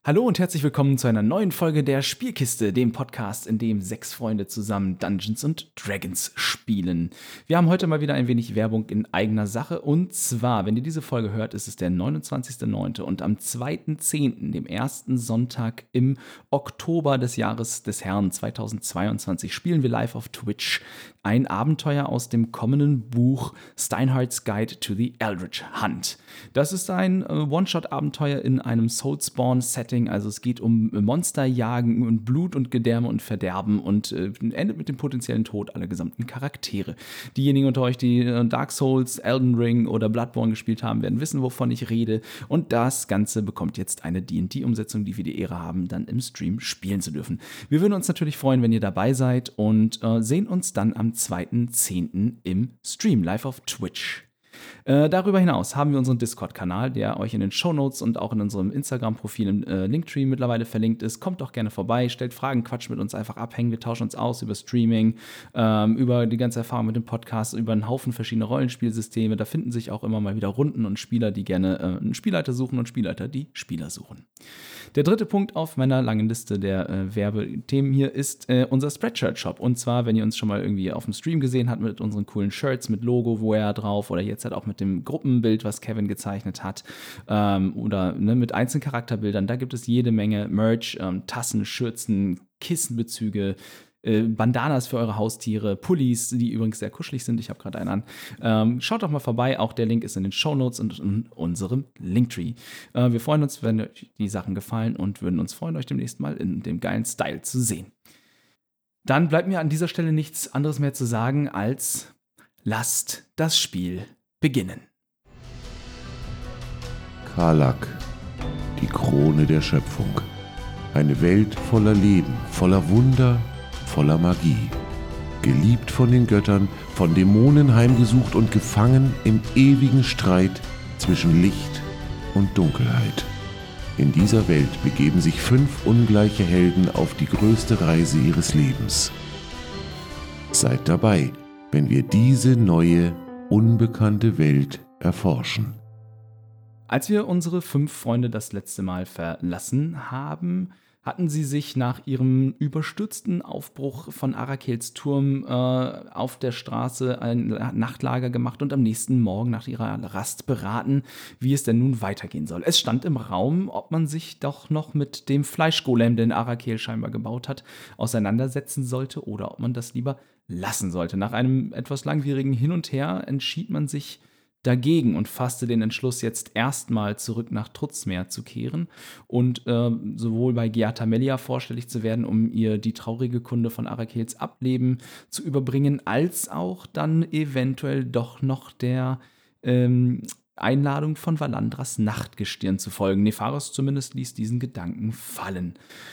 Hallo und herzlich willkommen zu einer neuen Folge der Spielkiste, dem Podcast, in dem 6 Freunde zusammen Dungeons & Dragons spielen. Wir haben heute mal wieder ein wenig Werbung in eigener Sache und zwar, wenn ihr diese Folge hört, ist es der 29.09. und am 2.10., dem ersten Sonntag im Oktober des Jahres des Herrn 2022, spielen wir live auf Twitch ein Abenteuer aus dem kommenden Buch Steinhardt's Guide to the Eldritch Hunt. Das ist ein One-Shot-Abenteuer in einem Soulspawn-Setting, also es geht um Monsterjagen und Blut und Gedärme und Verderben und endet mit dem potenziellen Tod aller gesamten Charaktere. Diejenigen unter euch, die Dark Souls, Elden Ring oder Bloodborne gespielt haben, werden wissen, wovon ich rede, und das Ganze bekommt jetzt eine D&D-Umsetzung, die wir die Ehre haben, dann im Stream spielen zu dürfen. Wir würden uns natürlich freuen, wenn ihr dabei seid und sehen uns dann am 2.10. im Stream, live auf Twitch. Darüber hinaus haben wir unseren Discord-Kanal, der euch in den Shownotes und auch in unserem Instagram-Profil im Linktree mittlerweile verlinkt ist. Kommt doch gerne vorbei, stellt Fragen, quatscht mit uns einfach ab, wir tauschen uns aus über Streaming, über die ganze Erfahrung mit dem Podcast, über einen Haufen verschiedene Rollenspielsysteme. Da finden sich auch immer mal wieder Runden und Spieler, die gerne einen Spielleiter suchen und Spielleiter, die Spieler suchen. Der dritte Punkt auf meiner langen Liste der Werbethemen hier ist unser Spreadshirt-Shop. Und zwar, wenn ihr uns schon mal irgendwie auf dem Stream gesehen habt mit unseren coolen Shirts, mit Logo, wo er drauf oder jetzt halt auch mit dem Gruppenbild, was Kevin gezeichnet hat, oder mit einzelnen Charakterbildern, da gibt es jede Menge Merch, Tassen, Schürzen, Kissenbezüge, Bandanas für eure Haustiere, Pullis, die übrigens sehr kuschelig sind. Ich habe gerade einen an. Schaut doch mal vorbei. Auch der Link ist in den Shownotes und in unserem Linktree. Wir freuen uns, wenn euch die Sachen gefallen und würden uns freuen, euch demnächst mal in dem geilen Style zu sehen. Dann bleibt mir an dieser Stelle nichts anderes mehr zu sagen als lasst das Spiel beginnen. Karlach, die Krone der Schöpfung. Eine Welt voller Leben, voller Wunder, voller Magie. Geliebt von den Göttern, von Dämonen heimgesucht und gefangen im ewigen Streit zwischen Licht und Dunkelheit. In dieser Welt begeben sich 5 ungleiche Helden auf die größte Reise ihres Lebens. Seid dabei, wenn wir diese neue, unbekannte Welt erforschen. Als wir unsere 5 Freunde das letzte Mal verlassen haben, hatten sie sich nach ihrem überstürzten Aufbruch von Arakels Turm auf der Straße ein Nachtlager gemacht und am nächsten Morgen nach ihrer Rast beraten, wie es denn nun weitergehen soll. Es stand im Raum, ob man sich doch noch mit dem Fleischgolem, den Arakel scheinbar gebaut hat, auseinandersetzen sollte oder ob man das lieber lassen sollte. Nach einem etwas langwierigen Hin und Her entschied man sich dagegen und fasste den Entschluss, jetzt erstmal zurück nach Trutzmeer zu kehren und sowohl bei Giata Melia vorstellig zu werden, um ihr die traurige Kunde von Arakels Ableben zu überbringen, als auch dann eventuell doch noch der Einladung von Valandras Nachtgestirn zu folgen. Nepharos zumindest ließ diesen Gedanken fallen.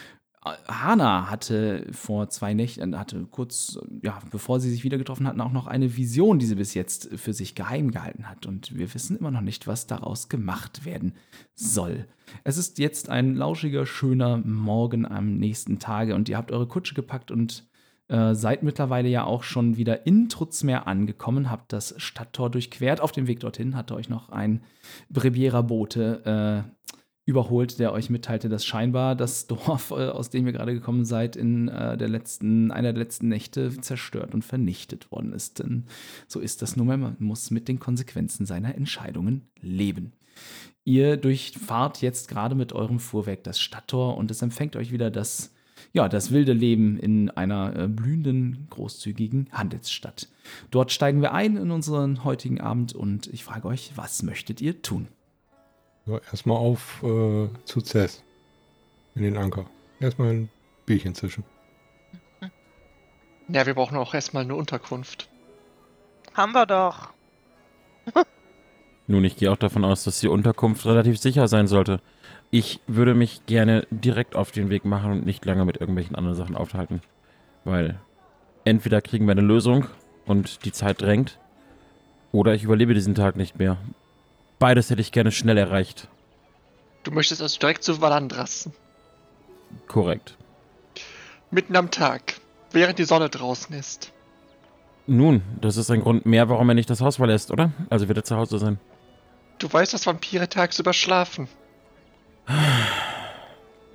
Hana hatte vor 2 Nächten, kurz, bevor sie sich wieder getroffen hatten, auch noch eine Vision, die sie bis jetzt für sich geheim gehalten hat. Und wir wissen immer noch nicht, was daraus gemacht werden soll. Es ist jetzt ein lauschiger, schöner Morgen am nächsten Tage und ihr habt eure Kutsche gepackt und seid mittlerweile ja auch schon wieder in Trutzmeer angekommen, habt das Stadttor durchquert. Auf dem Weg dorthin hatte euch noch ein Brebierer-Bote überholt, der euch mitteilte, dass scheinbar das Dorf, aus dem ihr gerade gekommen seid, in einer der letzten Nächte zerstört und vernichtet worden ist. Denn so ist das nun mal, man muss mit den Konsequenzen seiner Entscheidungen leben. Ihr durchfahrt jetzt gerade mit eurem Fuhrwerk das Stadttor und es empfängt euch wieder das wilde Leben in einer blühenden, großzügigen Handelsstadt. Dort steigen wir ein in unseren heutigen Abend und ich frage euch, was möchtet ihr tun? Ja, erstmal auf zu Cess. In den Anker. Erstmal ein Bierchen zischen. Ja, wir brauchen auch erstmal eine Unterkunft. Haben wir doch. Nun, ich gehe auch davon aus, dass die Unterkunft relativ sicher sein sollte. Ich würde mich gerne direkt auf den Weg machen und nicht lange mit irgendwelchen anderen Sachen aufhalten. Weil entweder kriegen wir eine Lösung und die Zeit drängt, oder ich überlebe diesen Tag nicht mehr. Beides hätte ich gerne schnell erreicht. Du möchtest also direkt zu Valandras. Korrekt. Mitten am Tag, während die Sonne draußen ist. Nun, das ist ein Grund mehr, warum er nicht das Haus verlässt, oder? Also wird er zu Hause sein. Du weißt, dass Vampire tagsüber schlafen.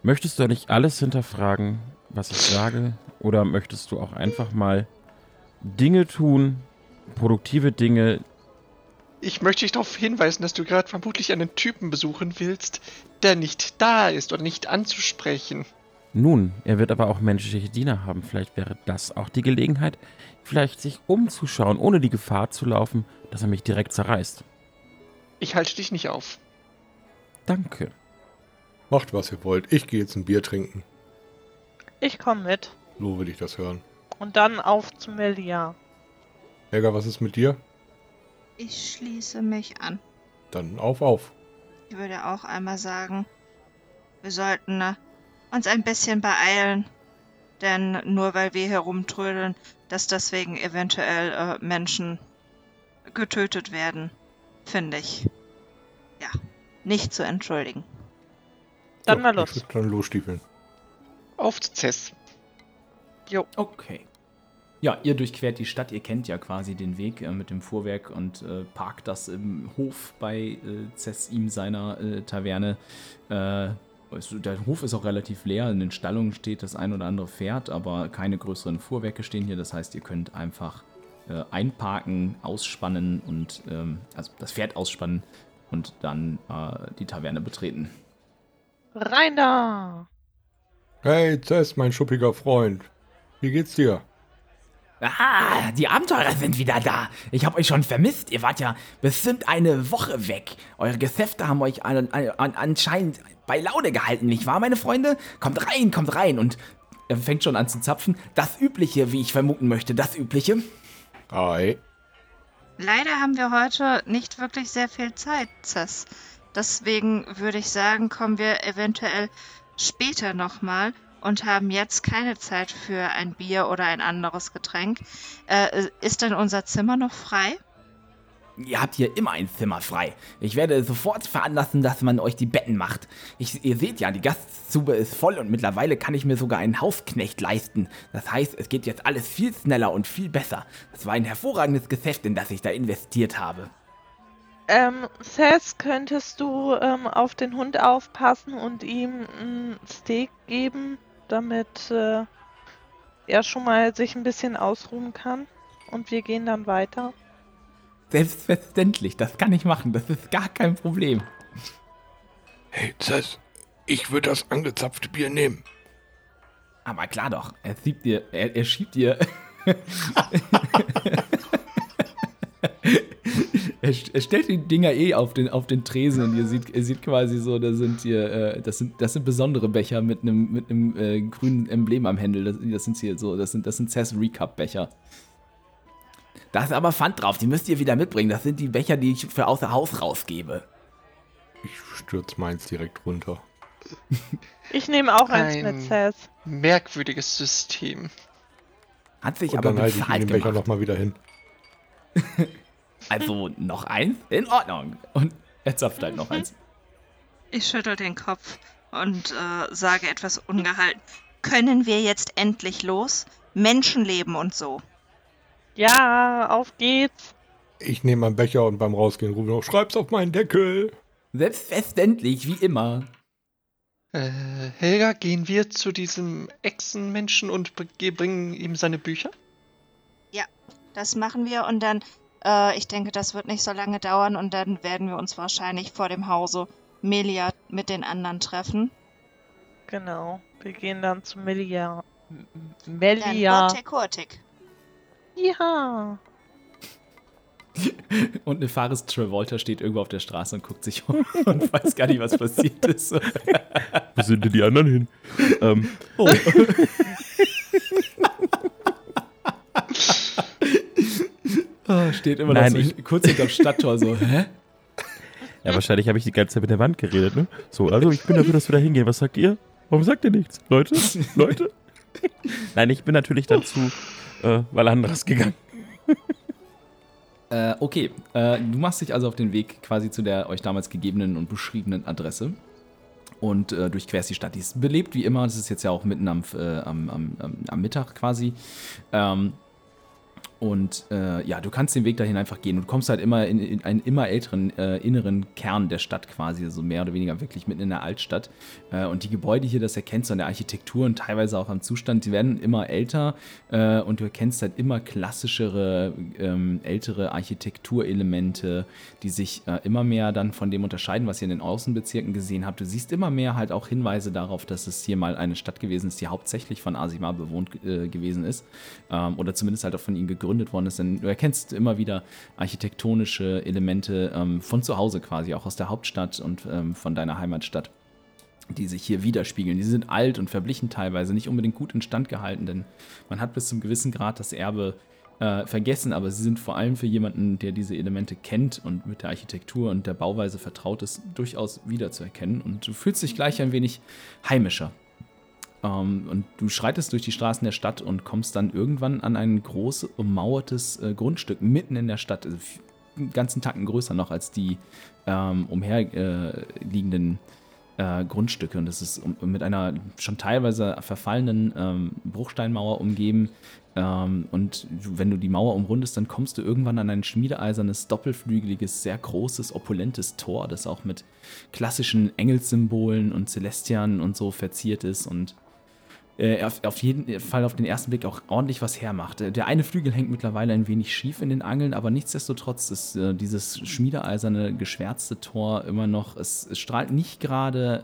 Möchtest du nicht alles hinterfragen, was ich sage? Oder möchtest du auch einfach mal Dinge tun, produktive Dinge? Ich möchte dich darauf hinweisen, dass du gerade vermutlich einen Typen besuchen willst, der nicht da ist oder nicht anzusprechen. Nun, er wird aber auch menschliche Diener haben. Vielleicht wäre das auch die Gelegenheit, vielleicht sich umzuschauen, ohne die Gefahr zu laufen, dass er mich direkt zerreißt. Ich halte dich nicht auf. Danke. Macht, was ihr wollt. Ich gehe jetzt ein Bier trinken. Ich komme mit. So will ich das hören. Und dann auf zu Melia. Helga, was ist mit dir? Ich schließe mich an. Dann auf. Ich würde auch einmal sagen, wir sollten uns ein bisschen beeilen. Denn nur weil wir hier rumtrödeln, dass deswegen eventuell Menschen getötet werden, finde ich, ja, nicht zu entschuldigen. Dann So, mal ich los. würd dann losstiefeln. Auf zu Cess. Okay. Ja, ihr durchquert die Stadt, ihr kennt ja quasi den Weg mit dem Fuhrwerk und parkt das im Hof bei ihm seiner Taverne. Der Hof ist auch relativ leer, in den Stallungen steht das ein oder andere Pferd, aber keine größeren Fuhrwerke stehen hier. Das heißt, ihr könnt einfach einparken, ausspannen und also das Pferd ausspannen und dann die Taverne betreten. Rein da! Hey, Cess, mein schuppiger Freund. Wie geht's dir? Ah, die Abenteurer sind wieder da. Ich habe euch schon vermisst. Ihr wart ja bestimmt eine Woche weg. Eure Geschäfte haben euch anscheinend bei Laune gehalten, nicht wahr, meine Freunde? Kommt rein. Und er fängt schon an zu zapfen. Das Übliche, wie ich vermuten möchte, das Übliche. Hi. Leider haben wir heute nicht wirklich sehr viel Zeit, Cess. Deswegen würde ich sagen, kommen wir eventuell später nochmal und haben jetzt keine Zeit für ein Bier oder ein anderes Getränk. Ist denn unser Zimmer noch frei? Ihr habt hier immer ein Zimmer frei. Ich werde sofort veranlassen, dass man euch die Betten macht. Ihr seht ja, die Gaststube ist voll und mittlerweile kann ich mir sogar einen Hausknecht leisten. Das heißt, es geht jetzt alles viel schneller und viel besser. Das war ein hervorragendes Geschäft, in das ich da investiert habe. Cess, könntest du auf den Hund aufpassen und ihm ein Steak geben, damit er schon mal sich ein bisschen ausruhen kann? Und wir gehen dann weiter. Selbstverständlich, das kann ich machen. Das ist gar kein Problem. Hey, Cess, ich würde das angezapfte Bier nehmen. Aber klar doch, er schiebt dir... Er stellt die Dinger auf den Tresen und ihr seht quasi so, das sind besondere Becher mit einem grünen Emblem am Händel. Das sind Cess Recap Becher. Da ist aber Pfand drauf, die müsst ihr wieder mitbringen. Das sind die Becher, die ich für außer Haus rausgebe. Ich stürze meins direkt runter. Ich nehme auch eins Ein mit, Cess. merkwürdiges System. Hat sich Und aber dann halte ich ihm bezahlt den Becher gemacht. nochmal wieder hin. Also noch eins? In Ordnung. Und er zapft halt noch eins. Ich schüttel den Kopf und sage etwas ungehalten. Können wir jetzt endlich los? Menschenleben und so. Ja, auf geht's. Ich nehme meinen Becher und beim Rausgehen rufe noch, schreib's auf meinen Deckel. Selbstverständlich, wie immer. Helga, gehen wir zu diesem Echsenmenschen und bringen ihm seine Bücher? Ja, das machen wir und dann, ich denke, das wird nicht so lange dauern und dann werden wir uns wahrscheinlich vor dem Hause Melia mit den anderen treffen. Genau, wir gehen dann zu Melia. Dann Melia. Hortik. Ja. Und Nefaris Travolta steht irgendwo auf der Straße und guckt sich um und weiß gar nicht, was passiert ist. Wo sind denn die anderen hin? Oh. Steht immer noch Nein, so kurz hinterm Stadttor so, hä? Ja, wahrscheinlich habe ich die ganze Zeit mit der Wand geredet, ne? So, also ich bin dafür, dass wir da hingehen. Was sagt ihr? Warum sagt ihr nichts? Leute? Nein, ich bin natürlich dazu Valandras gegangen. Okay, du machst dich also auf den Weg quasi zu der euch damals gegebenen und beschriebenen Adresse und durchquerst die Stadt. Die ist belebt wie immer, das ist jetzt ja auch mitten am Mittag quasi. Und du kannst den Weg dahin einfach gehen. Du kommst halt immer in einen immer älteren inneren Kern der Stadt quasi, so mehr oder weniger wirklich mitten in der Altstadt. Und die Gebäude hier, das erkennst du an der Architektur und teilweise auch am Zustand, die werden immer älter und du erkennst halt immer klassischere, ältere Architekturelemente, die sich immer mehr dann von dem unterscheiden, was ihr in den Außenbezirken gesehen habt. Du siehst immer mehr halt auch Hinweise darauf, dass es hier mal eine Stadt gewesen ist, die hauptsächlich von Aasimar bewohnt gewesen ist. Oder zumindest halt auch von ihnen gegründet worden ist, denn du erkennst immer wieder architektonische Elemente von zu Hause quasi, auch aus der Hauptstadt und von deiner Heimatstadt, die sich hier widerspiegeln. Die sind alt und verblichen teilweise, nicht unbedingt gut instand gehalten, denn man hat bis zum gewissen Grad das Erbe vergessen, aber sie sind vor allem für jemanden, der diese Elemente kennt und mit der Architektur und der Bauweise vertraut ist, durchaus wiederzuerkennen und du fühlst dich gleich ein wenig heimischer. Und du schreitest durch die Straßen der Stadt und kommst dann irgendwann an ein groß ummauertes Grundstück mitten in der Stadt. Also einen ganzen Tacken größer noch als die umherliegenden Grundstücke. Und das ist mit einer schon teilweise verfallenen Bruchsteinmauer umgeben. Und wenn du die Mauer umrundest, dann kommst du irgendwann an ein schmiedeeisernes, doppelflügeliges, sehr großes, opulentes Tor, das auch mit klassischen Engelssymbolen und Celestiern und so verziert ist und auf jeden Fall auf den ersten Blick auch ordentlich was hermacht. Der eine Flügel hängt mittlerweile ein wenig schief in den Angeln, aber nichtsdestotrotz ist dieses schmiedeeiserne, geschwärzte Tor immer noch, es strahlt nicht gerade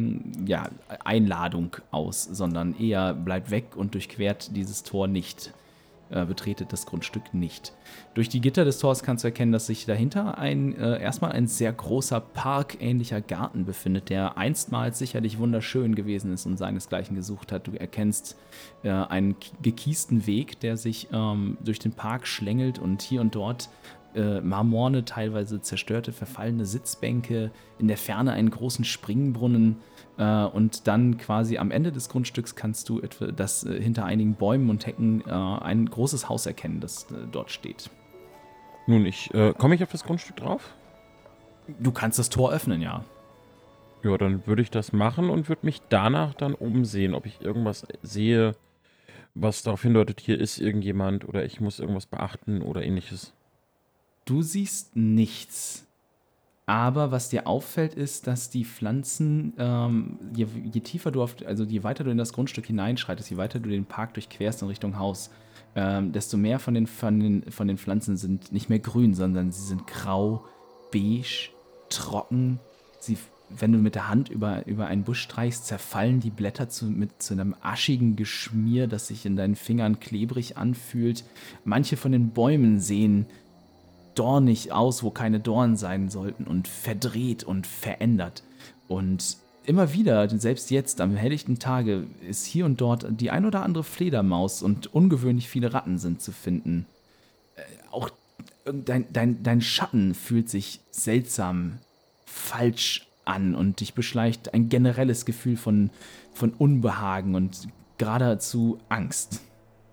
Einladung aus, sondern eher bleibt weg und durchquert dieses Tor nicht. Betretet das Grundstück nicht. Durch die Gitter des Tors kannst du erkennen, dass sich dahinter erstmal ein sehr großer parkähnlicher Garten befindet, der einstmals sicherlich wunderschön gewesen ist und seinesgleichen gesucht hat. Du erkennst einen gekiesten Weg, der sich durch den Park schlängelt und hier und dort marmorne, teilweise zerstörte, verfallene Sitzbänke, in der Ferne einen großen Springbrunnen und dann quasi am Ende des Grundstücks kannst du hinter einigen Bäumen und Hecken ein großes Haus erkennen, das dort steht. Nun, komme ich auf das Grundstück drauf? Du kannst das Tor öffnen, ja. Ja, dann würde ich das machen und würde mich danach dann umsehen, ob ich irgendwas sehe, was darauf hindeutet, hier ist irgendjemand oder ich muss irgendwas beachten oder ähnliches. Du siehst nichts. Aber was dir auffällt, ist, dass die Pflanzen, je weiter du in das Grundstück hineinschreitest, je weiter du den Park durchquerst in Richtung Haus, desto mehr von den Pflanzen sind nicht mehr grün, sondern sie sind grau, beige, trocken. Wenn du mit der Hand über einen Busch streichst, zerfallen die Blätter zu einem aschigen Geschmier, das sich in deinen Fingern klebrig anfühlt. Manche von den Bäumen sehen dornig aus, wo keine Dornen sein sollten und verdreht und verändert. Und immer wieder, selbst jetzt am helllichten Tage, ist hier und dort die ein oder andere Fledermaus und ungewöhnlich viele Ratten sind zu finden. Auch dein Schatten fühlt sich seltsam falsch an und dich beschleicht ein generelles Gefühl von Unbehagen und geradezu Angst.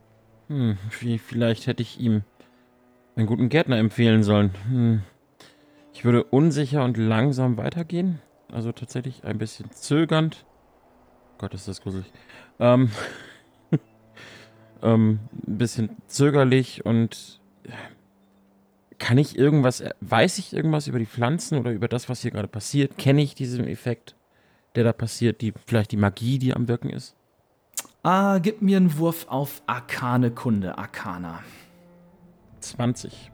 Vielleicht hätte ich ihm einen guten Gärtner empfehlen sollen. Ich würde unsicher und langsam weitergehen. Also tatsächlich ein bisschen zögernd. Gott, ist das gruselig. Ein bisschen zögerlich und weiß ich irgendwas über die Pflanzen oder über das, was hier gerade passiert? Kenne ich diesen Effekt, der da passiert? Vielleicht die Magie, die am Wirken ist? Gib mir einen Wurf auf Arkane Kunde, Arcana. 20.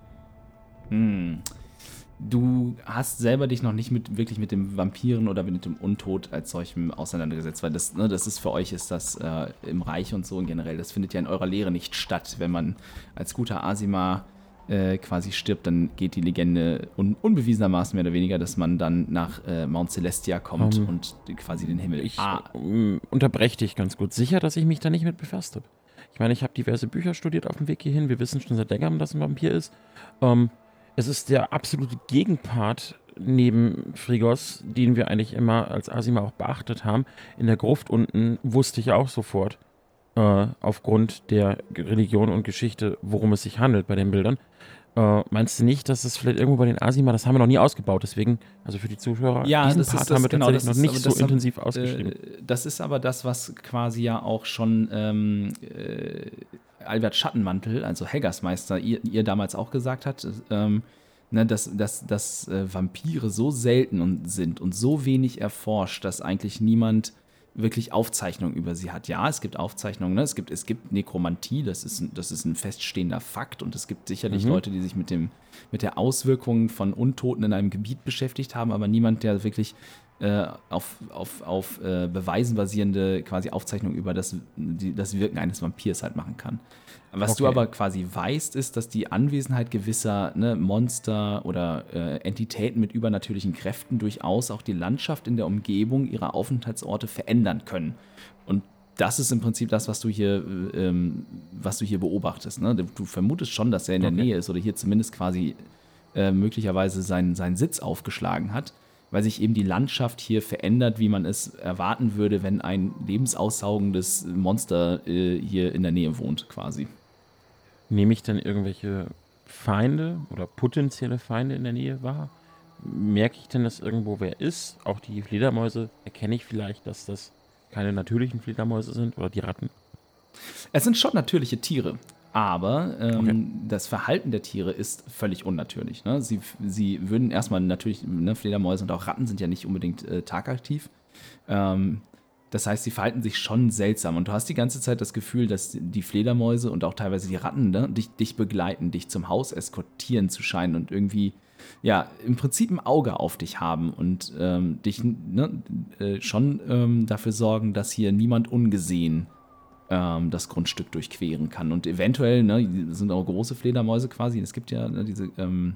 Du hast selber dich noch nicht wirklich mit dem Vampiren oder mit dem Untot als solchem auseinandergesetzt, weil das ist für euch ist das im Reich und so und generell, das findet ja in eurer Lehre nicht statt. Wenn man als guter Aasimar quasi stirbt, dann geht die Legende unbewiesenermaßen mehr oder weniger, dass man dann nach Mount Celestia kommt und quasi den Himmel. Ich unterbreche dich ganz gut. Sicher, dass ich mich da nicht mit befasst habe. Ich meine, ich habe diverse Bücher studiert auf dem Weg hierhin. Wir wissen schon seit längerem, dass ein Vampir ist. Es ist der absolute Gegenpart neben Frigos, den wir eigentlich immer als Aasimar auch beachtet haben. In der Gruft unten wusste ich auch sofort, aufgrund der Religion und Geschichte, worum es sich handelt bei den Bildern. Meinst du nicht, dass es vielleicht irgendwo bei den Aasimar, das haben wir noch nie ausgebaut, deswegen, also für die Zuhörer, diesen Part haben wir tatsächlich noch nicht so intensiv ausgeschrieben. Das ist aber das, was quasi ja auch schon Albert Schattenmantel, also Helgersmeister, ihr damals auch gesagt hat, dass Vampire so selten sind und so wenig erforscht, dass eigentlich niemand wirklich Aufzeichnungen über sie hat. Ja, es gibt Aufzeichnungen, ne? Es gibt Nekromantie, das ist ein feststehender Fakt und es gibt sicherlich Leute, die sich mit der Auswirkung von Untoten in einem Gebiet beschäftigt haben, aber niemand, der wirklich auf Beweisen basierende quasi Aufzeichnungen über das Wirken eines Vampirs halt machen kann. Was du aber quasi weißt, ist, dass die Anwesenheit gewisser Monster oder Entitäten mit übernatürlichen Kräften durchaus auch die Landschaft in der Umgebung ihrer Aufenthaltsorte verändern können. Und das ist im Prinzip das, was du hier beobachtest. Ne? Du vermutest schon, dass er in der Nähe ist oder hier zumindest quasi möglicherweise seinen Sitz aufgeschlagen hat, weil sich eben die Landschaft hier verändert, wie man es erwarten würde, wenn ein lebensaussaugendes Monster hier in der Nähe wohnt, quasi. Nehme ich dann irgendwelche Feinde oder potenzielle Feinde in der Nähe wahr? Merke ich denn, dass irgendwo wer ist? Auch die Fledermäuse, erkenne ich vielleicht, dass das keine natürlichen Fledermäuse sind oder die Ratten? Es sind schon natürliche Tiere, aber das Verhalten der Tiere ist völlig unnatürlich. Ne? Sie würden erstmal natürlich, Fledermäuse und auch Ratten sind ja nicht unbedingt tagaktiv. Das heißt, sie verhalten sich schon seltsam. Und du hast die ganze Zeit das Gefühl, dass die Fledermäuse und auch teilweise die Ratten dich begleiten, dich zum Haus eskortieren zu scheinen und irgendwie, ja, im Prinzip ein Auge auf dich haben und dich schon dafür sorgen, dass hier niemand ungesehen das Grundstück durchqueren kann. Und eventuell, sind auch große Fledermäuse quasi. Es gibt ja diese,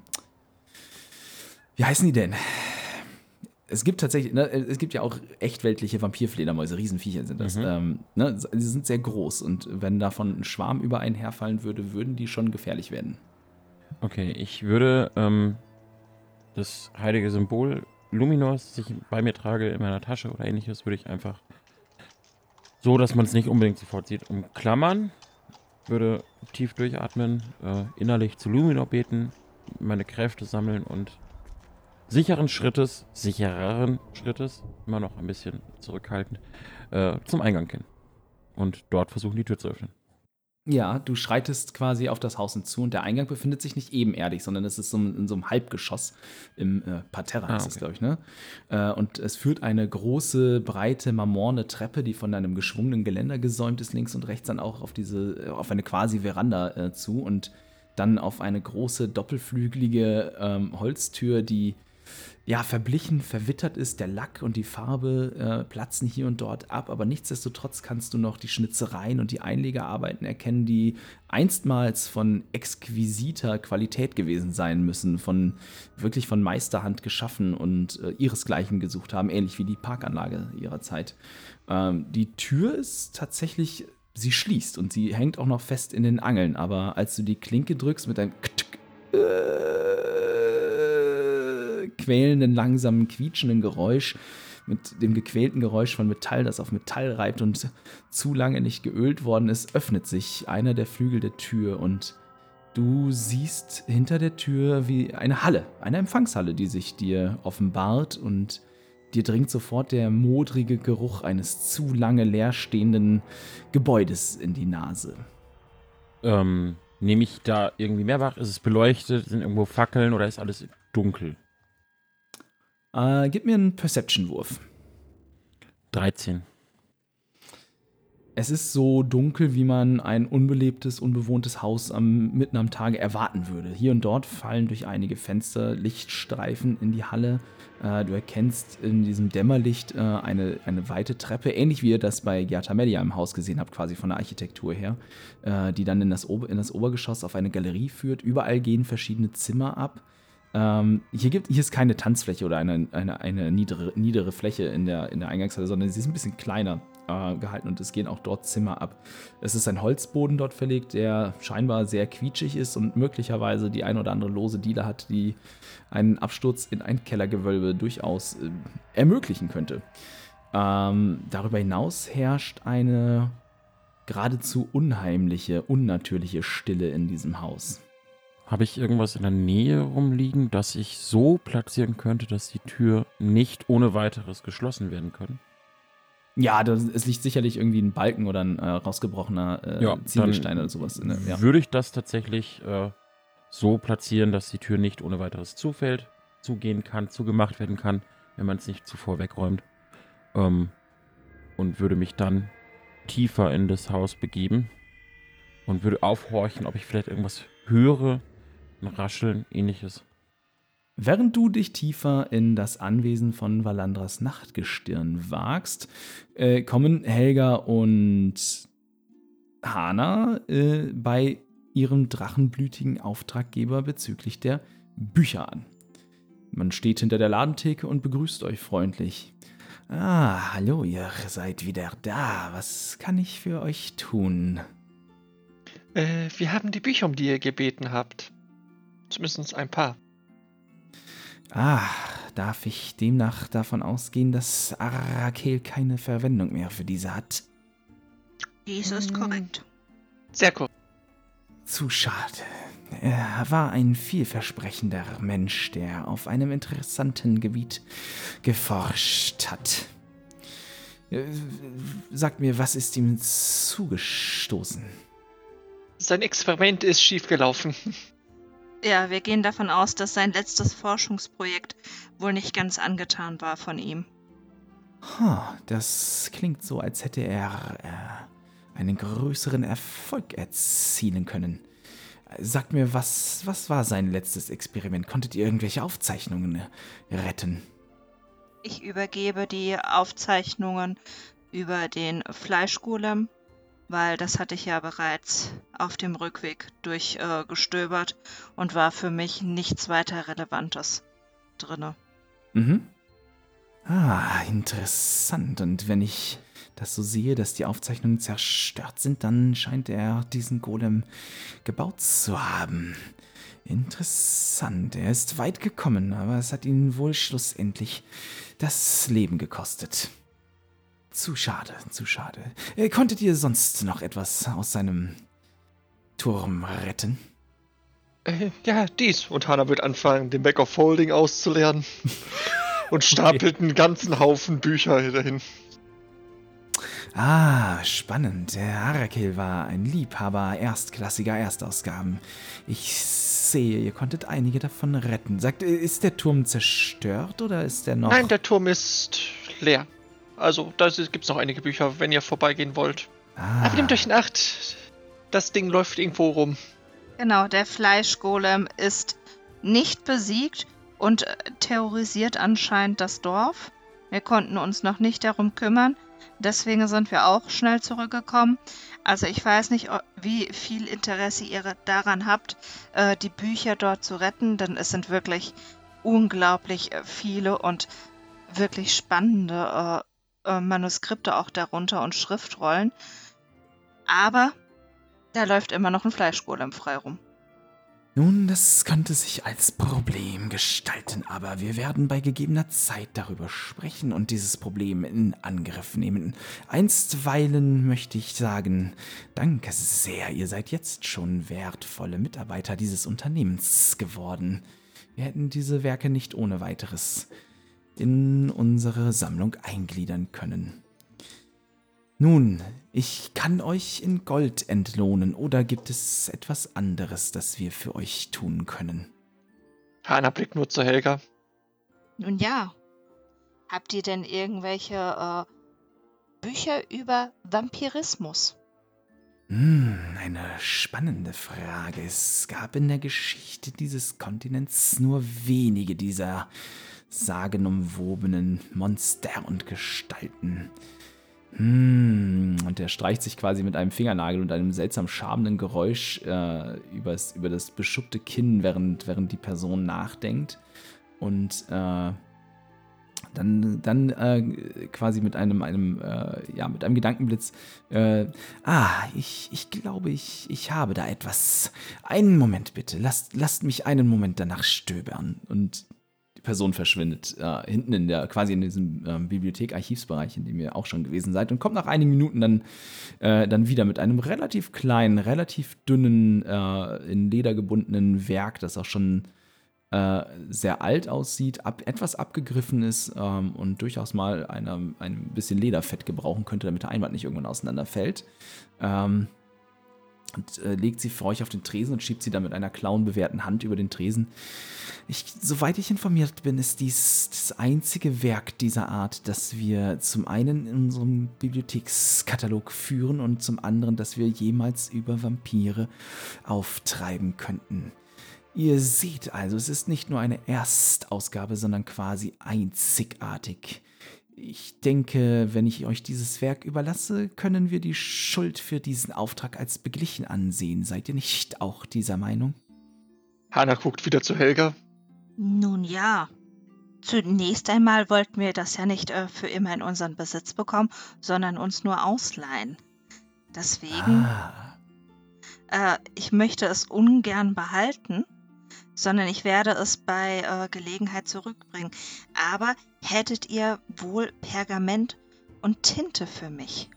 wie heißen die denn? Es gibt tatsächlich, es gibt ja auch echtweltliche Vampirfledermäuse, Riesenviecher sind das. Sie sind sehr groß und wenn davon ein Schwarm über einen herfallen würde, würden die schon gefährlich werden. Okay, ich würde das heilige Symbol Luminos, das ich bei mir trage, in meiner Tasche oder ähnliches, würde ich einfach so, dass man es nicht unbedingt sofort sieht, umklammern. Würde tief durchatmen, innerlich zu Luminor beten, meine Kräfte sammeln und sichereren Schrittes, immer noch ein bisschen zurückhaltend, zum Eingang gehen. Und dort versuchen, die Tür zu öffnen. Ja, du schreitest quasi auf das Haus hinzu und der Eingang befindet sich nicht ebenerdig, sondern es ist in so einem Halbgeschoss im Parterre, ist es, glaube ich, ne? Und es führt eine große, breite, marmorne Treppe, die von einem geschwungenen Geländer gesäumt ist, links und rechts dann auch auf eine quasi Veranda zu und dann auf eine große, doppelflügelige Holztür, die ja, verblichen, verwittert ist, der Lack und die Farbe platzen hier und dort ab, aber nichtsdestotrotz kannst du noch die Schnitzereien und die Einlegearbeiten erkennen, die einstmals von exquisiter Qualität gewesen sein müssen, wirklich von Meisterhand geschaffen und ihresgleichen gesucht haben, ähnlich wie die Parkanlage ihrer Zeit. Die Tür ist tatsächlich, sie schließt und sie hängt auch noch fest in den Angeln, aber als du die Klinke drückst mit einem quälenden, langsamen, quietschenden Geräusch, mit dem gequälten Geräusch von Metall, das auf Metall reibt und zu lange nicht geölt worden ist, öffnet sich einer der Flügel der Tür und du siehst hinter der Tür wie eine Halle, eine Empfangshalle, die sich dir offenbart und dir dringt sofort der modrige Geruch eines zu lange leerstehenden Gebäudes in die Nase. Nehme ich da irgendwie mehr wach? Ist es beleuchtet? Sind irgendwo Fackeln oder ist alles dunkel? Gib mir einen Perception-Wurf. 13. Es ist so dunkel, wie man ein unbelebtes, unbewohntes Haus mitten am Tage erwarten würde. Hier und dort fallen durch einige Fenster Lichtstreifen in die Halle. Du erkennst in diesem Dämmerlicht eine weite Treppe, ähnlich wie ihr das bei Gerta Media im Haus gesehen habt, quasi von der Architektur her, die dann in das Obergeschoss auf eine Galerie führt. Überall gehen verschiedene Zimmer ab. Hier ist keine Tanzfläche oder eine niedere Fläche in der Eingangshalle, sondern sie ist ein bisschen kleiner gehalten und es gehen auch dort Zimmer ab. Es ist ein Holzboden dort verlegt, der scheinbar sehr quietschig ist und möglicherweise die ein oder andere lose Diele hat, die einen Absturz in ein Kellergewölbe durchaus ermöglichen könnte. Darüber hinaus herrscht eine geradezu unheimliche, unnatürliche Stille in diesem Haus. Habe ich irgendwas in der Nähe rumliegen, das ich so platzieren könnte, dass die Tür nicht ohne weiteres geschlossen werden kann? Ja, es liegt sicherlich irgendwie ein Balken oder ein rausgebrochener Ziegelstein oder sowas. Würde ich das tatsächlich so platzieren, dass die Tür nicht ohne weiteres zugehen kann, zugemacht werden kann, wenn man es nicht zuvor wegräumt. Und würde mich dann tiefer in das Haus begeben und würde aufhorchen, ob ich vielleicht irgendwas höre, ein Rascheln, ähnliches. Während du dich tiefer in das Anwesen von Valandras Nachtgestirn wagst, kommen Helga und Hana bei ihrem drachenblütigen Auftraggeber bezüglich der Bücher an. Man steht hinter der Ladentheke und begrüßt euch freundlich. Ah, hallo, ihr seid wieder da. Was kann ich für euch tun? Wir haben die Bücher, um die ihr gebeten habt. Zumindest ein paar. Ah, darf ich demnach davon ausgehen, dass Arakel keine Verwendung mehr für diese hat? Dies ist korrekt. Sehr korrekt. Zu schade. Er war ein vielversprechender Mensch, der auf einem interessanten Gebiet geforscht hat. Sagt mir, was ist ihm zugestoßen? Sein Experiment ist schiefgelaufen. Ja, wir gehen davon aus, dass sein letztes Forschungsprojekt wohl nicht ganz angetan war von ihm. Das klingt so, als hätte er einen größeren Erfolg erzielen können. Sagt mir, was war sein letztes Experiment? Konntet ihr irgendwelche Aufzeichnungen retten? Ich übergebe die Aufzeichnungen über den Fleischgolem, weil das hatte ich ja bereits auf dem Rückweg durchgestöbert und war für mich nichts weiter Relevantes drinne. Mhm. Interessant. Und wenn ich das so sehe, dass die Aufzeichnungen zerstört sind, dann scheint er diesen Golem gebaut zu haben. Interessant. Er ist weit gekommen, aber es hat ihn wohl schlussendlich das Leben gekostet. Zu schade, zu schade. Konntet ihr sonst noch etwas aus seinem Turm retten? Ja, dies. Und Hana wird anfangen, den Back of Holding auszulernen. Und stapelt einen ganzen Haufen Bücher dahin. Spannend. Der Arakel war ein Liebhaber erstklassiger Erstausgaben. Ich sehe, ihr konntet einige davon retten. Sagt, ist der Turm zerstört oder ist der noch... Nein, der Turm ist leer. Also, da gibt es noch einige Bücher, wenn ihr vorbeigehen wollt. Aber nehmt euch in Acht. Das Ding läuft irgendwo rum. Genau, der Fleischgolem ist nicht besiegt und terrorisiert anscheinend das Dorf. Wir konnten uns noch nicht darum kümmern. Deswegen sind wir auch schnell zurückgekommen. Also ich weiß nicht, wie viel Interesse ihr daran habt, die Bücher dort zu retten, denn es sind wirklich unglaublich viele und wirklich spannende Manuskripte auch darunter und Schriftrollen. Aber da läuft immer noch ein Fleischgolem frei rum. Nun, das könnte sich als Problem gestalten, aber wir werden bei gegebener Zeit darüber sprechen und dieses Problem in Angriff nehmen. Einstweilen möchte ich sagen, danke sehr, ihr seid jetzt schon wertvolle Mitarbeiter dieses Unternehmens geworden. Wir hätten diese Werke nicht ohne weiteres in unsere Sammlung eingliedern können. Nun, ich kann euch in Gold entlohnen, oder gibt es etwas anderes, das wir für euch tun können? Hana blickt nur zu Helga. Nun ja, habt ihr denn irgendwelche Bücher über Vampirismus? Eine spannende Frage. Es gab in der Geschichte dieses Kontinents nur wenige dieser sagenumwobenen Monster und Gestalten. Und er streicht sich quasi mit einem Fingernagel und einem seltsam schabenden Geräusch über das beschuppte Kinn, während die Person nachdenkt. Und dann quasi mit einem Gedankenblitz. Ich glaube, ich habe da etwas. Einen Moment bitte. Lasst mich einen Moment danach stöbern. Und die Person verschwindet hinten in diesem Bibliothek-Archivsbereich, in dem ihr auch schon gewesen seid, und kommt nach einigen Minuten dann wieder mit einem relativ kleinen, relativ dünnen, in Leder gebundenen Werk, das auch schon sehr alt aussieht, etwas abgegriffen ist und durchaus mal ein bisschen Lederfett gebrauchen könnte, damit der Einband nicht irgendwann auseinanderfällt. Und legt sie für euch auf den Tresen und schiebt sie dann mit einer klauenbewehrten Hand über den Tresen. Soweit ich informiert bin, ist dies das einzige Werk dieser Art, das wir zum einen in unserem Bibliothekskatalog führen und zum anderen, das wir jemals über Vampire auftreiben könnten. Ihr seht also, es ist nicht nur eine Erstausgabe, sondern quasi einzigartig. Ich denke, wenn ich euch dieses Werk überlasse, können wir die Schuld für diesen Auftrag als beglichen ansehen. Seid ihr nicht auch dieser Meinung? Hana guckt wieder zu Helga. Nun ja. Zunächst einmal wollten wir das ja nicht für immer in unseren Besitz bekommen, sondern uns nur ausleihen. Deswegen, ich möchte es ungern behalten, sondern ich werde es bei Gelegenheit zurückbringen. Aber hättet ihr wohl Pergament und Tinte für mich?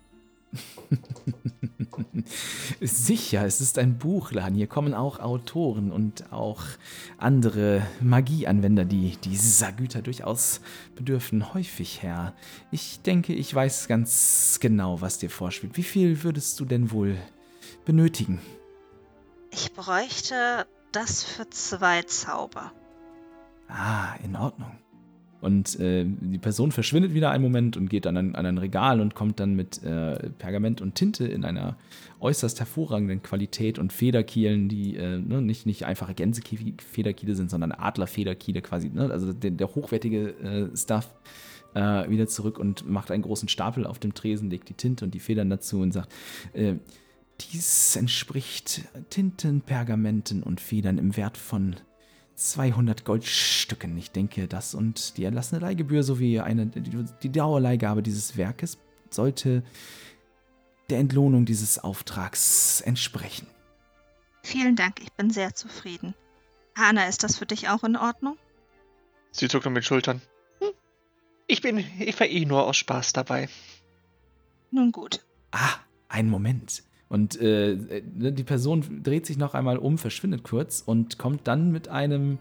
Sicher, es ist ein Buchladen. Hier kommen auch Autoren und auch andere Magieanwender, die dieser Güter durchaus bedürfen, häufig her. Ich denke, ich weiß ganz genau, was dir vorschwebt. Wie viel würdest du denn wohl benötigen? Ich bräuchte das für 2 Zauber. In Ordnung. Und die Person verschwindet wieder einen Moment und geht an ein Regal und kommt dann mit Pergament und Tinte in einer äußerst hervorragenden Qualität und Federkielen, die nicht einfache Gänsefederkiele sind, sondern Adlerfederkiele quasi. Also der hochwertige Stuff wieder zurück und macht einen großen Stapel auf dem Tresen, legt die Tinte und die Federn dazu und sagt, dies entspricht Tinten, Pergamenten und Federn im Wert von 200 Goldstücken. Ich denke, das und die erlassene Leihgebühr sowie die Dauerleihgabe dieses Werkes sollte der Entlohnung dieses Auftrags entsprechen. Vielen Dank, ich bin sehr zufrieden. Hana, ist das für dich auch in Ordnung? Sie zuckt mit den Schultern. Ich war eh nur aus Spaß dabei. Nun gut. Einen Moment. Und die Person dreht sich noch einmal um, verschwindet kurz und kommt dann mit einem